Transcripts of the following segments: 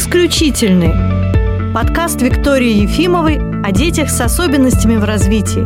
Исключительный. Подкаст Виктории Ефимовой о детях с особенностями в развитии.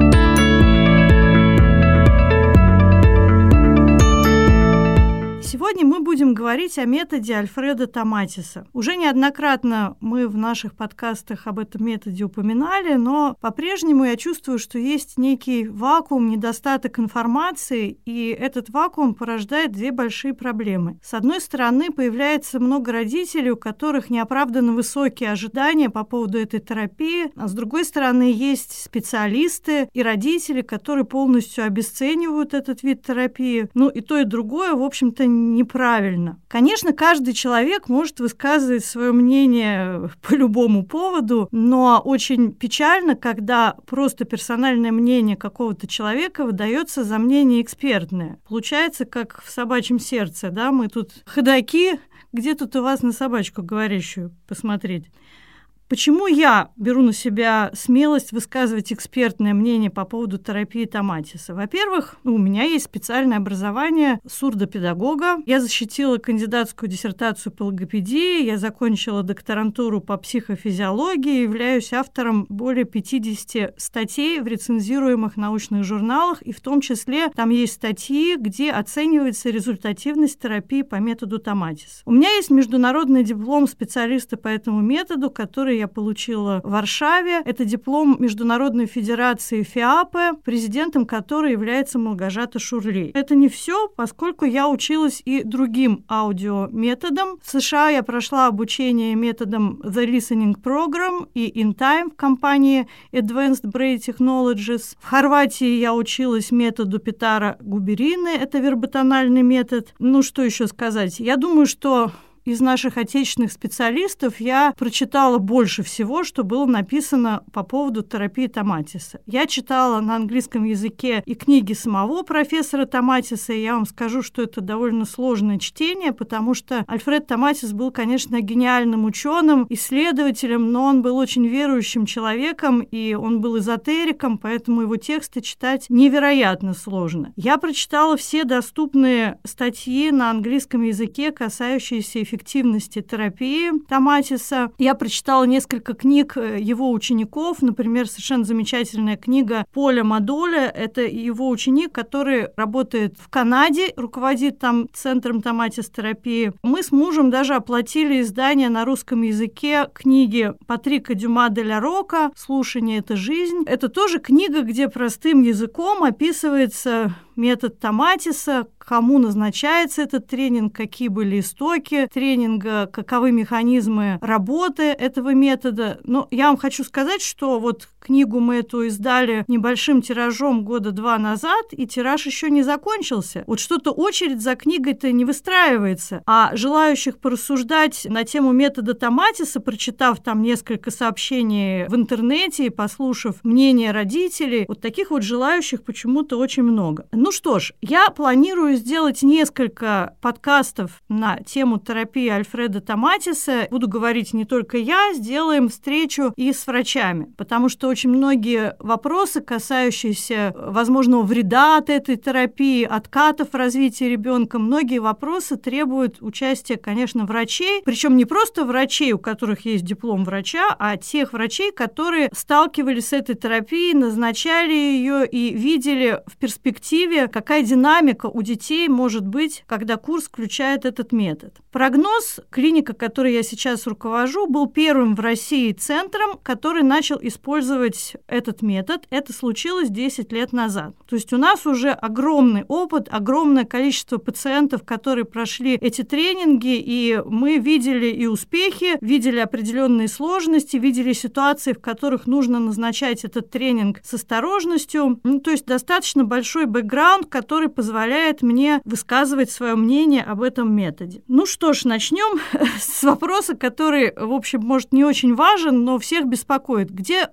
Сегодня мы будем говорить о методе Альфреда Томатиса. Уже неоднократно мы в наших подкастах об этом методе упоминали, но по-прежнему я чувствую, что есть некий вакуум, недостаток информации, и этот вакуум порождает две большие проблемы. С одной стороны, появляется много родителей, у которых неоправданно высокие ожидания по поводу этой терапии, а с другой стороны, есть специалисты и родители, которые полностью обесценивают этот вид терапии. И то, и другое, в общем-то, неправильно. Конечно, каждый человек может высказывать свое мнение по любому поводу, но очень печально, когда просто персональное мнение какого-то человека выдается за мнение экспертное. Получается, как в собачьем сердце, да, мы тут ходаки, где тут у вас на собачку говорящую посмотреть? Почему я беру на себя смелость высказывать экспертное мнение по поводу терапии Томатиса? Во-первых, у меня есть специальное образование сурдопедагога. Я защитила кандидатскую диссертацию по логопедии, я закончила докторантуру по психофизиологии, являюсь автором более 50 статей в рецензируемых научных журналах, и в том числе там есть статьи, где оценивается результативность терапии по методу Томатиса. У меня есть международный диплом специалиста по этому методу, который я получила в Варшаве. Это диплом Международной федерации ФИАПе, президентом которой является Малгожата Шурлей. Это не все, поскольку я училась и другим аудиометодам. В США я прошла обучение методом The Listening Program и In Time в компании Advanced Brain Technologies. В Хорватии я училась методу Петара Губерины, это верботональный метод. Что еще сказать? Я думаю, что из наших отечественных специалистов я прочитала больше всего, что было написано по поводу терапии Томатиса. Я читала на английском языке и книги самого профессора Томатиса, и я вам скажу, что это довольно сложное чтение, потому что Альфред Томатис был, конечно, гениальным ученым, исследователем, но он был очень верующим человеком, и он был эзотериком, поэтому его тексты читать невероятно сложно. Я прочитала все доступные статьи на английском языке, касающиеся эффективности терапии Томатиса. Я прочитала несколько книг его учеников, например, совершенно замечательная книга Поля Мадоля. Это его ученик, который работает в Канаде, руководит там центром Томатис-терапии. Мы с мужем даже оплатили издание на русском языке книги Патрика Дюма де ля Рока «Слушание – это жизнь». Это тоже книга, где простым языком описывается метод Томатиса, кому назначается этот тренинг, какие были истоки тренинга, каковы механизмы работы этого метода. Но я вам хочу сказать, что вот книгу мы эту издали небольшим тиражом года 2 назад, и тираж еще не закончился. Вот что-то очередь за книгой-то не выстраивается. А желающих порассуждать на тему метода Томатиса, прочитав там несколько сообщений в интернете и послушав мнение родителей, вот таких вот желающих почему-то очень много. Что ж, я планирую сделать несколько подкастов на тему терапии Альфреда Томатиса. Буду говорить не только я, сделаем встречу и с врачами, потому что очень многие вопросы, касающиеся возможного вреда от этой терапии, откатов в развитии ребенка, многие вопросы требуют участия, конечно, врачей, причем не просто врачей, у которых есть диплом врача, а тех врачей, которые сталкивались с этой терапией, назначали ее и видели в перспективе, какая динамика у детей может быть, когда курс включает этот метод. Прогноз, клиника, которой я сейчас руковожу, был первым в России центром, который начал использовать этот метод. Это случилось 10 лет назад. То есть у нас уже огромный опыт, огромное количество пациентов, которые прошли эти тренинги, и мы видели и успехи, видели определенные сложности, видели ситуации, в которых нужно назначать этот тренинг с осторожностью. То есть достаточно большой бэкграунд, который позволяет мне высказывать свое мнение об этом методе. Что ж, начнем с вопроса, который, в общем, может, не очень важен, но всех беспокоит. Где ударение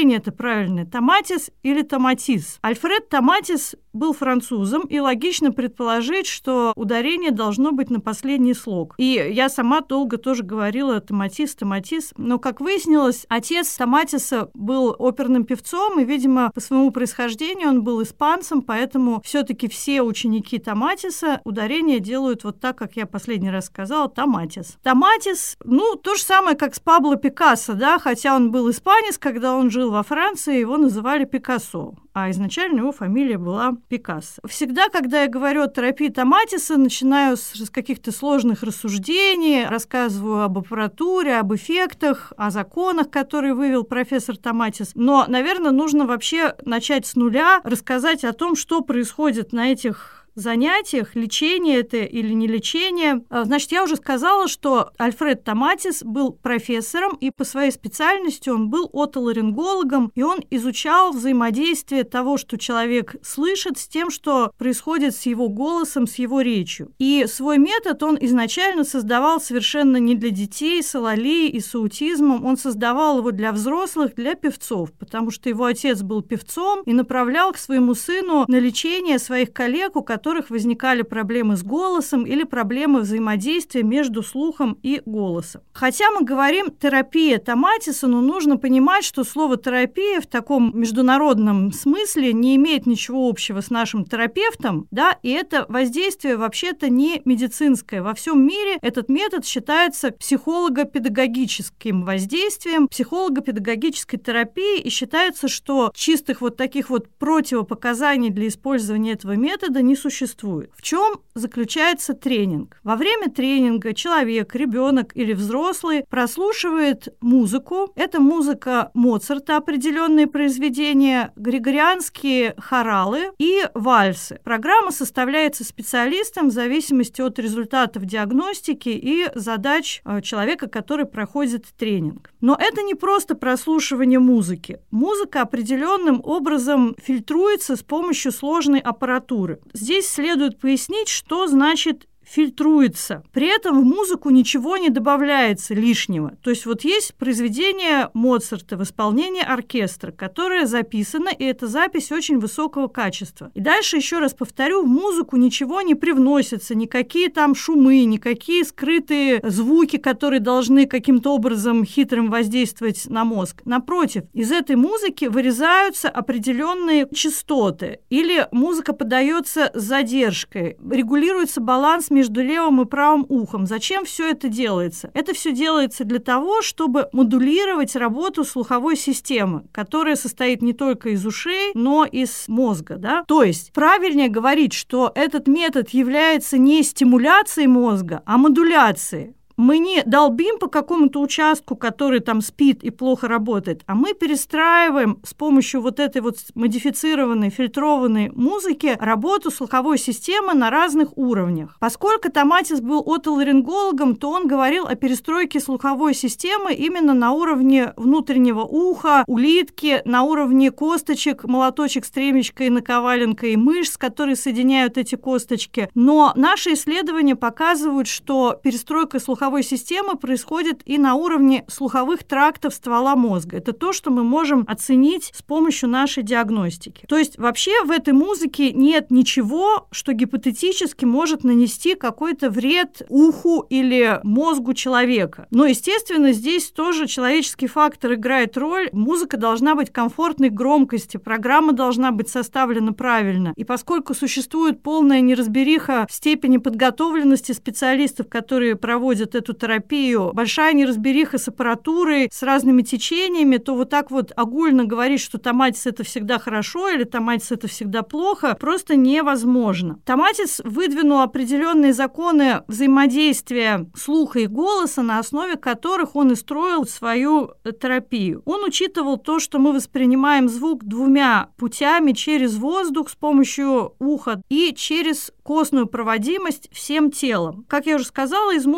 ударение это правильное, томатис или томатис? Альфред Томатис был французом, и логично предположить, что ударение должно быть на последний слог. И я сама долго тоже говорила томатис, но, как выяснилось, отец Томатиса был оперным певцом, и, видимо, по своему происхождению он был испанцем, поэтому все-таки все ученики Томатиса ударение делают вот так, как я последний раз сказала, томатис. Томатис, то же самое, как с Пабло Пикассо, да, хотя он был испанец, когда он жил во Франции, его называли Пикассо, а изначально его фамилия была Пикассо. Всегда, когда я говорю о терапии Томатиса, начинаю с каких-то сложных рассуждений, рассказываю об аппаратуре, об эффектах, о законах, которые вывел профессор Томатис. Но, наверное, нужно вообще начать с нуля, рассказать о том, что происходит на этих занятиях, лечение это или не лечение. Значит, я уже сказала, что Альфред Томатис был профессором, и по своей специальности он был отоларингологом, и он изучал взаимодействие того, что человек слышит, с тем, что происходит с его голосом, с его речью. И свой метод он изначально создавал совершенно не для детей с алалией и с аутизмом, он создавал его для взрослых, для певцов, потому что его отец был певцом и направлял к своему сыну на лечение своих коллег, у которых возникали проблемы с голосом или проблемы взаимодействия между слухом и голосом. Хотя мы говорим терапия Томатиса, но нужно понимать, что слово терапия в таком международном смысле не имеет ничего общего с нашим терапевтом, да, и это воздействие вообще-то не медицинское. Во всем мире этот метод считается психолого-педагогическим воздействием, психолого-педагогической терапией, и считается, что чистых вот таких вот противопоказаний для использования этого метода не существует. В чем заключается тренинг? Во время тренинга человек, ребенок или взрослый прослушивает музыку. Это музыка Моцарта, определенные произведения, григорианские хоралы и вальсы. Программа составляется специалистом в зависимости от результатов диагностики и задач человека, который проходит тренинг. Но это не просто прослушивание музыки. Музыка определенным образом фильтруется с помощью сложной аппаратуры. Здесь следует пояснить, что значит фильтруется. При этом в музыку ничего не добавляется лишнего. То есть вот есть произведение Моцарта в исполнении оркестра, которое записано, и эта запись очень высокого качества. И дальше еще раз повторю, в музыку ничего не привносится, никакие там шумы, никакие скрытые звуки, которые должны каким-то образом хитрым воздействовать на мозг. Напротив, из этой музыки вырезаются определенные частоты, или музыка подается с задержкой, регулируется баланс между левым и правым ухом. Зачем все это делается? Это все делается для того, чтобы модулировать работу слуховой системы, которая состоит не только из ушей, но и из мозга. Да? То есть правильнее говорить, что этот метод является не стимуляцией мозга, а модуляцией. Мы не долбим по какому-то участку, который там спит и плохо работает, а мы перестраиваем с помощью вот этой вот модифицированной, фильтрованной музыки работу слуховой системы на разных уровнях. Поскольку Томатис был отоларингологом, то он говорил о перестройке слуховой системы именно на уровне внутреннего уха, улитки, на уровне косточек, молоточек, стремечко и наковаленка и мышц, которые соединяют эти косточки. Но наши исследования показывают, что перестройка слуховой системы происходит и на уровне слуховых трактов ствола мозга. Это то, что мы можем оценить с помощью нашей диагностики. То есть вообще в этой музыке нет ничего, что гипотетически может нанести какой-то вред уху или мозгу человека. Но, естественно, здесь тоже человеческий фактор играет роль. Музыка должна быть комфортной громкости, программа должна быть составлена правильно. И поскольку существует полная неразбериха в степени подготовленности специалистов, которые проводят эту терапию, большая неразбериха с аппаратурой, с разными течениями, то вот так вот огульно говорить, что Томатис это всегда хорошо или Томатис это всегда плохо, просто невозможно. Томатис выдвинул определенные законы взаимодействия слуха и голоса, на основе которых он и строил свою терапию. Он учитывал то, что мы воспринимаем звук двумя путями: через воздух с помощью уха и через костную проводимость всем телом. Как я уже сказала, из музыки, во-первых,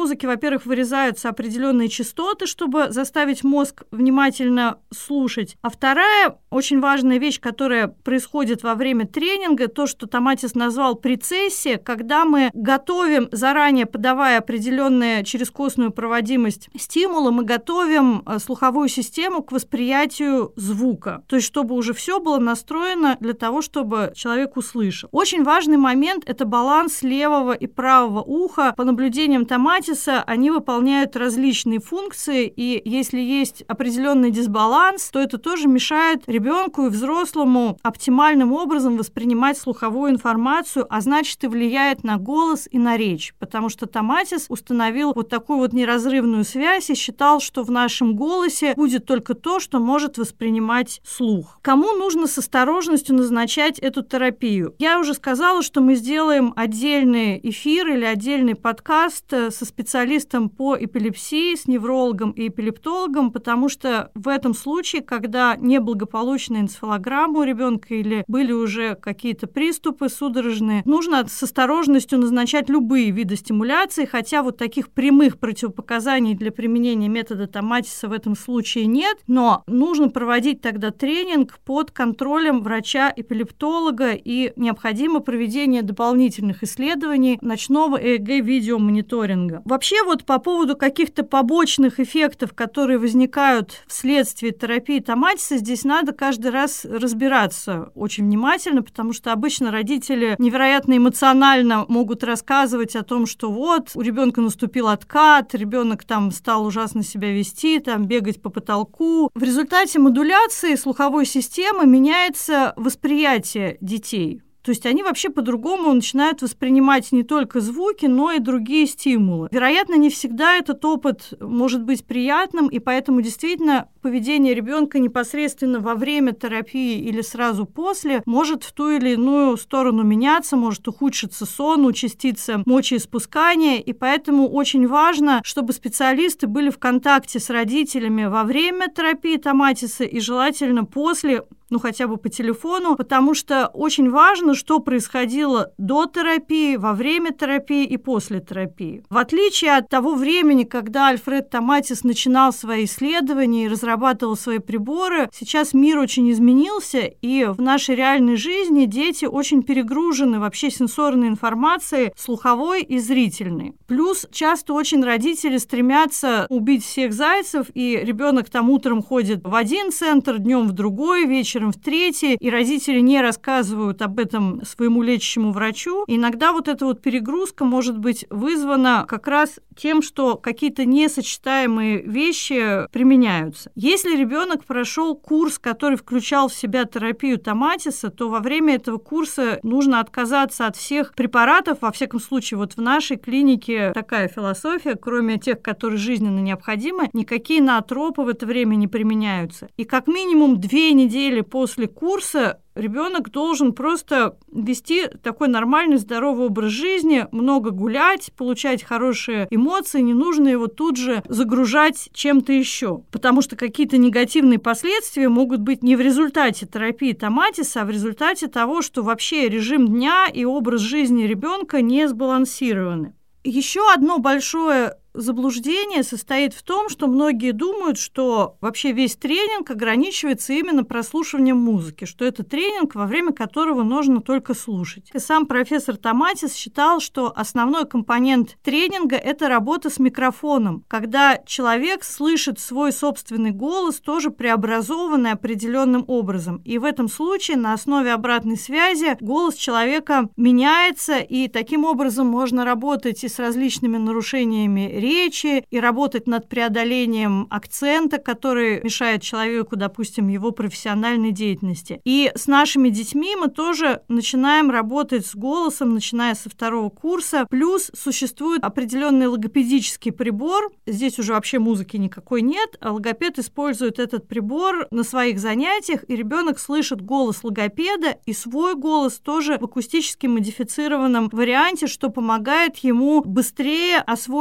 во-первых, вырезаются определенные частоты, чтобы заставить мозг внимательно слушать. А вторая очень важная вещь, которая происходит во время тренинга, то, что Томатис назвал прецессия, когда мы готовим, заранее подавая определенную через костную проводимость стимула, мы готовим слуховую систему к восприятию звука. То есть, чтобы уже все было настроено для того, чтобы человек услышал. Очень важный момент – это баланс левого и правого уха. По наблюдениям Томатиса они выполняют различные функции, и если есть определенный дисбаланс, то это тоже мешает ребенку и взрослому оптимальным образом воспринимать слуховую информацию, а значит и влияет на голос и на речь, потому что Томатис установил вот такую вот неразрывную связь и считал, что в нашем голосе будет только то, что может воспринимать слух. Кому нужно с осторожностью назначать эту терапию? Я уже сказала, что мы сделаем отдельный эфир или отдельный подкаст со специалистом по эпилепсии, с неврологом и эпилептологом, потому что в этом случае, когда неблагополучная энцефалограмма у ребенка или были уже какие-то приступы судорожные, нужно с осторожностью назначать любые виды стимуляции, хотя вот таких прямых противопоказаний для применения метода Томатиса в этом случае нет, но нужно проводить тогда тренинг под контролем врача-эпилептолога и необходимо проведение дополнительных исследований ночного ЭЭГ-видеомониторинга. Вообще вот по поводу каких-то побочных эффектов, которые возникают вследствие терапии Томатиса, здесь надо каждый раз разбираться очень внимательно, потому что обычно родители невероятно эмоционально могут рассказывать о том, что вот у ребенка наступил откат, ребенок там стал ужасно себя вести, там бегать по потолку. В результате модуляции слуховой системы меняется восприятие детей. То есть они вообще по-другому начинают воспринимать не только звуки, но и другие стимулы. Вероятно, не всегда этот опыт может быть приятным, и поэтому действительно поведение ребенка непосредственно во время терапии или сразу после может в ту или иную сторону меняться, может ухудшиться сон, участиться мочеиспускание, и поэтому очень важно, чтобы специалисты были в контакте с родителями во время терапии Томатиса и желательно после, хотя бы по телефону, потому что очень важно, что происходило до терапии, во время терапии и после терапии. В отличие от того времени, когда Альфред Томатис начинал свои исследования и разрабатывал свои приборы, сейчас мир очень изменился, и в нашей реальной жизни дети очень перегружены вообще сенсорной информацией, слуховой и зрительной. Плюс часто очень родители стремятся убить всех зайцев, и ребенок там утром ходит в один центр, днем в другой, вечером в третий, и родители не рассказывают об этом своему лечащему врачу. И иногда вот эта вот перегрузка может быть вызвана как раз тем, что какие-то несочетаемые вещи применяются. Если ребенок прошел курс, который включал в себя терапию Томатиса, то во время этого курса нужно отказаться от всех препаратов. Во всяком случае, вот в нашей клинике такая философия, кроме тех, которые жизненно необходимы, никакие ноотропы в это время не применяются. И как минимум 2 недели после курса ребенок должен просто вести такой нормальный, здоровый образ жизни, много гулять, получать хорошие эмоции, не нужно его тут же загружать чем-то еще, потому что какие-то негативные последствия могут быть не в результате терапии Томатиса, а в результате того, что вообще режим дня и образ жизни ребенка не сбалансированы. Еще одно большое заблуждение состоит в том, что многие думают, что вообще весь тренинг ограничивается именно прослушиванием музыки, что это тренинг, во время которого нужно только слушать. И сам профессор Томатис считал, что основной компонент тренинга – это работа с микрофоном, когда человек слышит свой собственный голос, тоже преобразованный определенным образом. И в этом случае на основе обратной связи голос человека меняется, и таким образом можно работать и с различными нарушениями речи и работать над преодолением акцента, который мешает человеку, допустим, его профессиональной деятельности. И с нашими детьми мы тоже начинаем работать с голосом, начиная со 2 курса. Плюс существует определенный логопедический прибор. Здесь уже вообще музыки никакой нет. А логопед использует этот прибор на своих занятиях, и ребенок слышит голос логопеда и свой голос тоже в акустически модифицированном варианте, что помогает ему быстрее освоить новые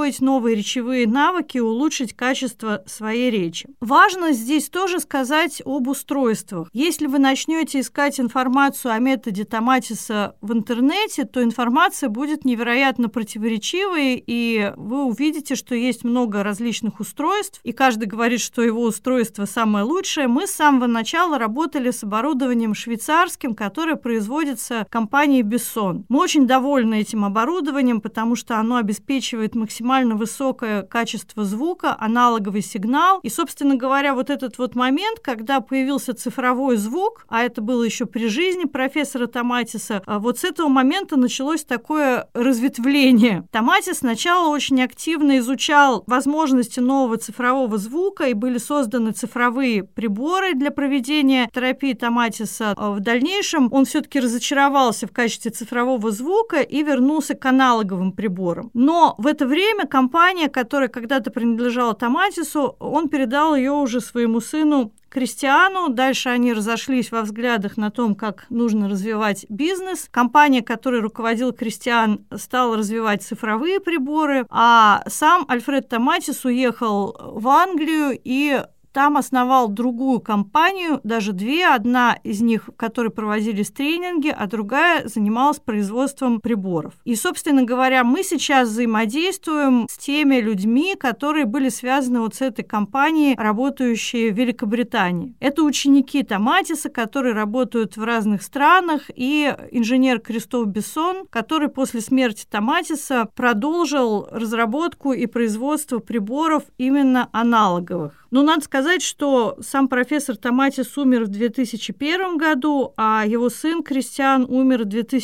новые речевые навыки и улучшить качество своей речи. Важно здесь тоже сказать об устройствах. Если вы начнете искать информацию о методе Томатиса в интернете, то информация будет невероятно противоречивой, и вы увидите, что есть много различных устройств, и каждый говорит, что его устройство самое лучшее. Мы с самого начала работали с оборудованием швейцарским, которое производится компанией Besson. Мы очень довольны этим оборудованием, потому что оно обеспечивает максимально высокое качество звука, аналоговый сигнал. И, собственно говоря, вот этот вот момент, когда появился цифровой звук, а это было еще при жизни профессора Томатиса, вот с этого момента началось такое разветвление. Томатис сначала очень активно изучал возможности нового цифрового звука, и были созданы цифровые приборы для проведения терапии Томатиса. В дальнейшем он все-таки разочаровался в качестве цифрового звука и вернулся к аналоговым приборам. Но в это время компания, которая когда-то принадлежала Томатису, он передал ее уже своему сыну Кристиану. Дальше они разошлись во взглядах на том, как нужно развивать бизнес. Компания, которой руководил Кристиан, стала развивать цифровые приборы, а сам Альфред Томатис уехал в Англию и там основал другую компанию, даже две. Одна из них, в которой проводились тренинги, а другая занималась производством приборов. И, собственно говоря, мы сейчас взаимодействуем с теми людьми, которые были связаны вот с этой компанией, работающие в Великобритании. Это ученики Томатиса, которые работают в разных странах, и инженер Кристоф Бессон, который после смерти Томатиса продолжил разработку и производство приборов именно аналоговых. Но надо сказать, что сам профессор Томатис умер в 2001 году, а его сын Кристиан умер в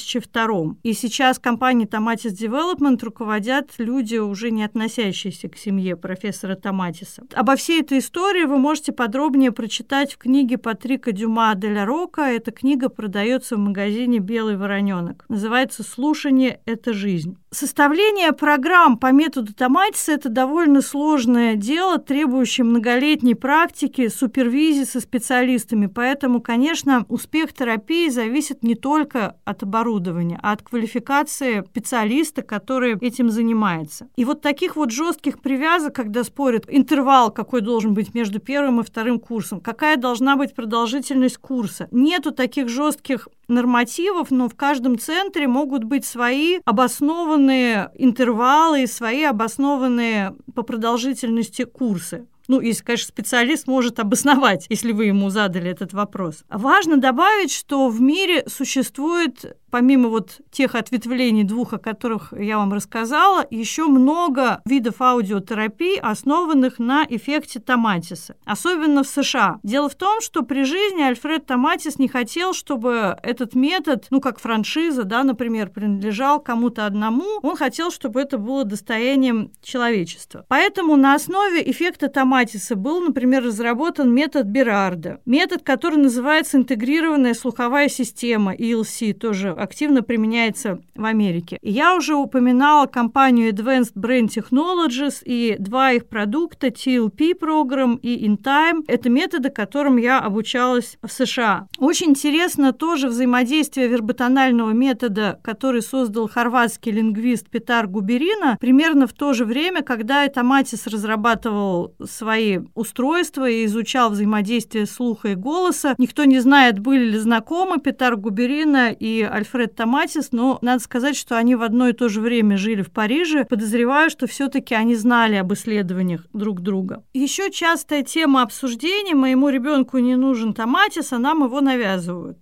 2002. И сейчас компанией Tomatis Development руководят люди, уже не относящиеся к семье профессора Томатиса. Обо всей этой истории вы можете подробнее прочитать в книге Патрика Дюма де ла Рока. Эта книга продается в магазине «Белый вороненок». Называется «Слушание – это жизнь». Составление программ по методу Томатиса – это довольно сложное дело, требующее многолетней практики, супервизии со специалистами. Поэтому, конечно, успех терапии зависит не только от оборудования, а от квалификации специалиста, который этим занимается. И вот таких вот жестких привязок, когда спорят интервал, какой должен быть между первым и вторым курсом, какая должна быть продолжительность курса, нету таких жестких нормативов, но в каждом центре могут быть свои обоснованные интервалы, свои обоснованные по продолжительности курсы. Ну, если, конечно, специалист может обосновать, если вы ему задали этот вопрос. Важно добавить, что в мире существует, помимо вот тех ответвлений двух, о которых я вам рассказала, еще много видов аудиотерапии, основанных на эффекте Томатиса, особенно в США. Дело в том, что при жизни Альфред Томатис не хотел, чтобы этот метод, как франшиза, например, принадлежал кому-то одному. Он хотел, чтобы это было достоянием человечества. Поэтому на основе эффекта Томатиса был, например, разработан метод Берарда. Метод, который называется интегрированная слуховая система, ELC, тоже активно применяется в Америке. И я уже упоминала компанию Advanced Brain Technologies и два их продукта, TLP Program и InTime. Это методы, которым я обучалась в США. Очень интересно тоже взаимодействие верботонального метода, который создал хорватский лингвист Петар Губерина, примерно в то же время, когда и Томатис разрабатывал свои устройства и изучал взаимодействие слуха и голоса. Никто не знает, были ли знакомы Петар Губерина и Альфред Томатис, но надо сказать, что они в одно и то же время жили в Париже. Подозреваю, что все-таки они знали об исследованиях друг друга. Еще частая тема обсуждения: моему ребенку не нужен Томатис, а нам его навязывают.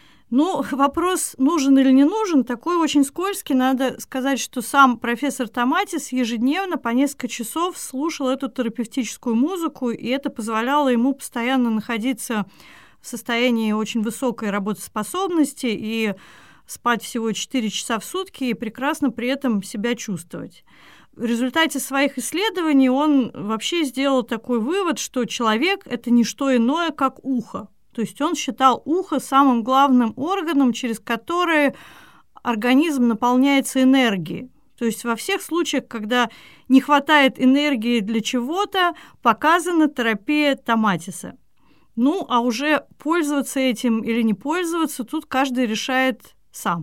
Вопрос, нужен или не нужен, такой очень скользкий. Надо сказать, что сам профессор Томатис ежедневно по несколько часов слушал эту терапевтическую музыку, и это позволяло ему постоянно находиться в состоянии очень высокой работоспособности и спать всего 4 часа в сутки и прекрасно при этом себя чувствовать. В результате своих исследований он вообще сделал такой вывод, что человек – это не что иное, как ухо. То есть он считал ухо самым главным органом, через который организм наполняется энергией. То есть во всех случаях, когда не хватает энергии для чего-то, показана терапия Томатиса. А уже пользоваться этим или не пользоваться, тут каждый решает сам.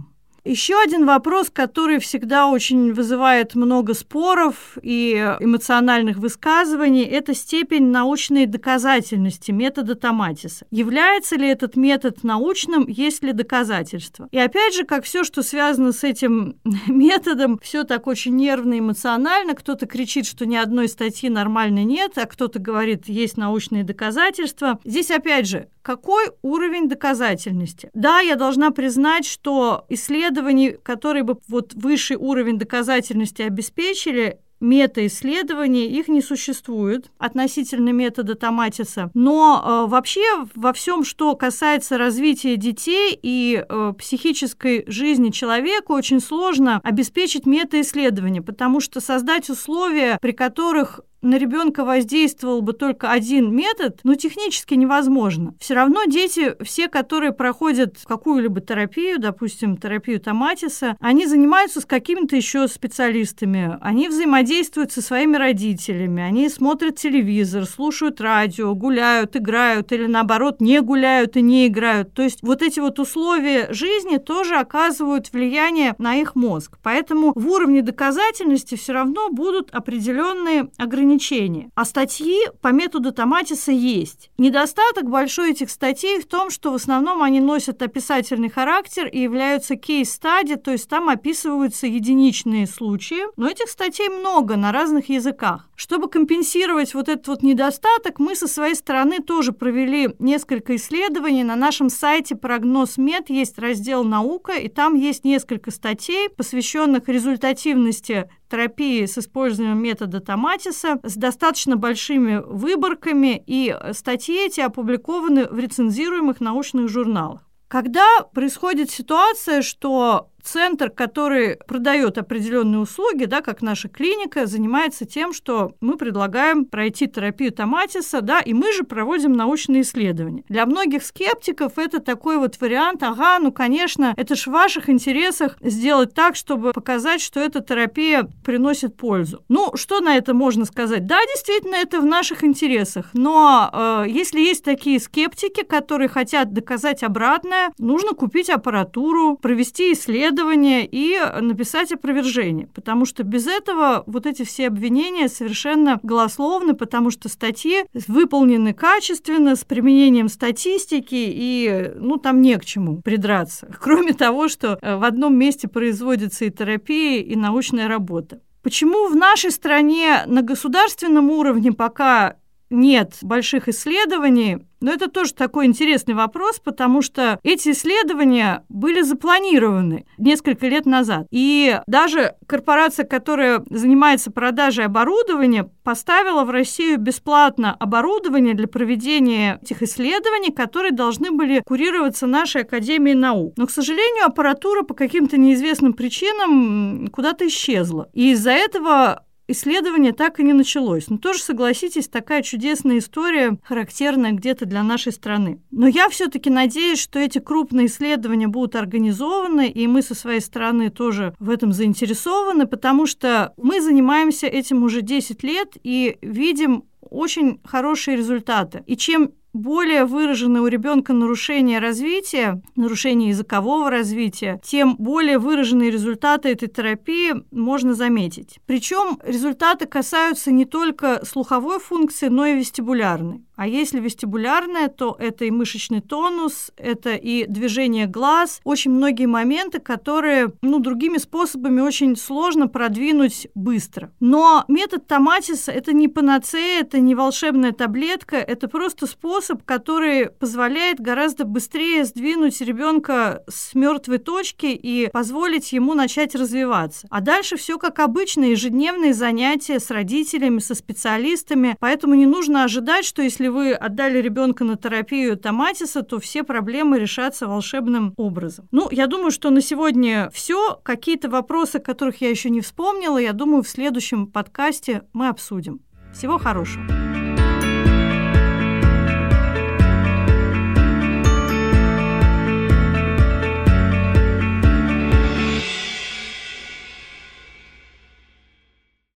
Еще один вопрос, который всегда очень вызывает много споров и эмоциональных высказываний, это степень научной доказательности метода Томатиса. Является ли этот метод научным, есть ли доказательства? И опять же, как все, что связано с этим методом, все так очень нервно и эмоционально. Кто-то кричит, что ни одной статьи нормальной нет, а кто-то говорит, есть научные доказательства. Здесь опять же, какой уровень доказательности? Да, я должна признать, что исследований, которые бы вот высший уровень доказательности обеспечили, метаисследований, их не существует относительно метода Томатиса. Но вообще во всем, что касается развития детей и психической жизни человека, очень сложно обеспечить метаисследование, потому что создать условия, при которых на ребенка воздействовал бы только один метод, технически невозможно. Все равно дети, все, которые проходят какую-либо терапию, допустим, терапию Томатиса, они занимаются с какими-то еще специалистами, они взаимодействуют со своими родителями, они смотрят телевизор, слушают радио, гуляют, играют или, наоборот, не гуляют и не играют. То есть вот эти вот условия жизни тоже оказывают влияние на их мозг. Поэтому в уровне доказательности все равно будут определенные ограничения. А статьи по методу Томатиса есть. Недостаток большой этих статей в том, что в основном они носят описательный характер и являются кейс-стади, то есть там описываются единичные случаи, но этих статей много на разных языках. Чтобы компенсировать вот этот вот недостаток, мы со своей стороны тоже провели несколько исследований. На нашем сайте «Прогноз.Мед» есть раздел «Наука», и там есть несколько статей, посвященных результативности терапии с использованием метода Томатиса с достаточно большими выборками, и статьи эти опубликованы в рецензируемых научных журналах. Когда происходит ситуация, что центр, который продает определенные услуги, да, как наша клиника, занимается тем, что мы предлагаем пройти терапию Томатиса, да, и мы же проводим научные исследования. Для многих скептиков это такой вот вариант, конечно, это ж в ваших интересах сделать так, чтобы показать, что эта терапия приносит пользу. Что на это можно сказать? Да, действительно, это в наших интересах, но если есть такие скептики, которые хотят доказать обратное, нужно купить аппаратуру, провести исследование и написать опровержение, потому что без этого вот эти все обвинения совершенно голословны, потому что статьи выполнены качественно, с применением статистики, и там не к чему придраться, кроме того, что в одном месте производится и терапия, и научная работа. Почему в нашей стране на государственном уровне пока нет больших исследований? Но это тоже такой интересный вопрос, потому что эти исследования были запланированы несколько лет назад. И даже корпорация, которая занимается продажей оборудования, поставила в Россию бесплатно оборудование для проведения этих исследований, которые должны были курироваться нашей Академией наук. Но, к сожалению, аппаратура по каким-то неизвестным причинам куда-то исчезла. И из-за этого исследование так и не началось. Тоже, согласитесь, такая чудесная история, характерная где-то для нашей страны. Но я все-таки надеюсь, что эти крупные исследования будут организованы, и мы со своей стороны тоже в этом заинтересованы, потому что мы занимаемся этим уже 10 лет и видим очень хорошие результаты. И чем более выражены у ребенка нарушения развития, нарушения языкового развития, тем более выраженные результаты этой терапии можно заметить. Причем результаты касаются не только слуховой функции, но и вестибулярной. А если вестибулярная, то это и мышечный тонус, это и движение глаз, очень многие моменты, которые, другими способами очень сложно продвинуть быстро. Но метод Томатиса – это не панацея, это не волшебная таблетка, это просто способ, который позволяет гораздо быстрее сдвинуть ребенка с мертвой точки и позволить ему начать развиваться. А дальше все как обычно, ежедневные занятия с родителями, со специалистами, поэтому не нужно ожидать, что если вы отдали ребенка на терапию Томатиса, то все проблемы решатся волшебным образом. Я думаю, что на сегодня все. Какие-то вопросы, которых я еще не вспомнила, я думаю, в следующем подкасте мы обсудим. Всего хорошего.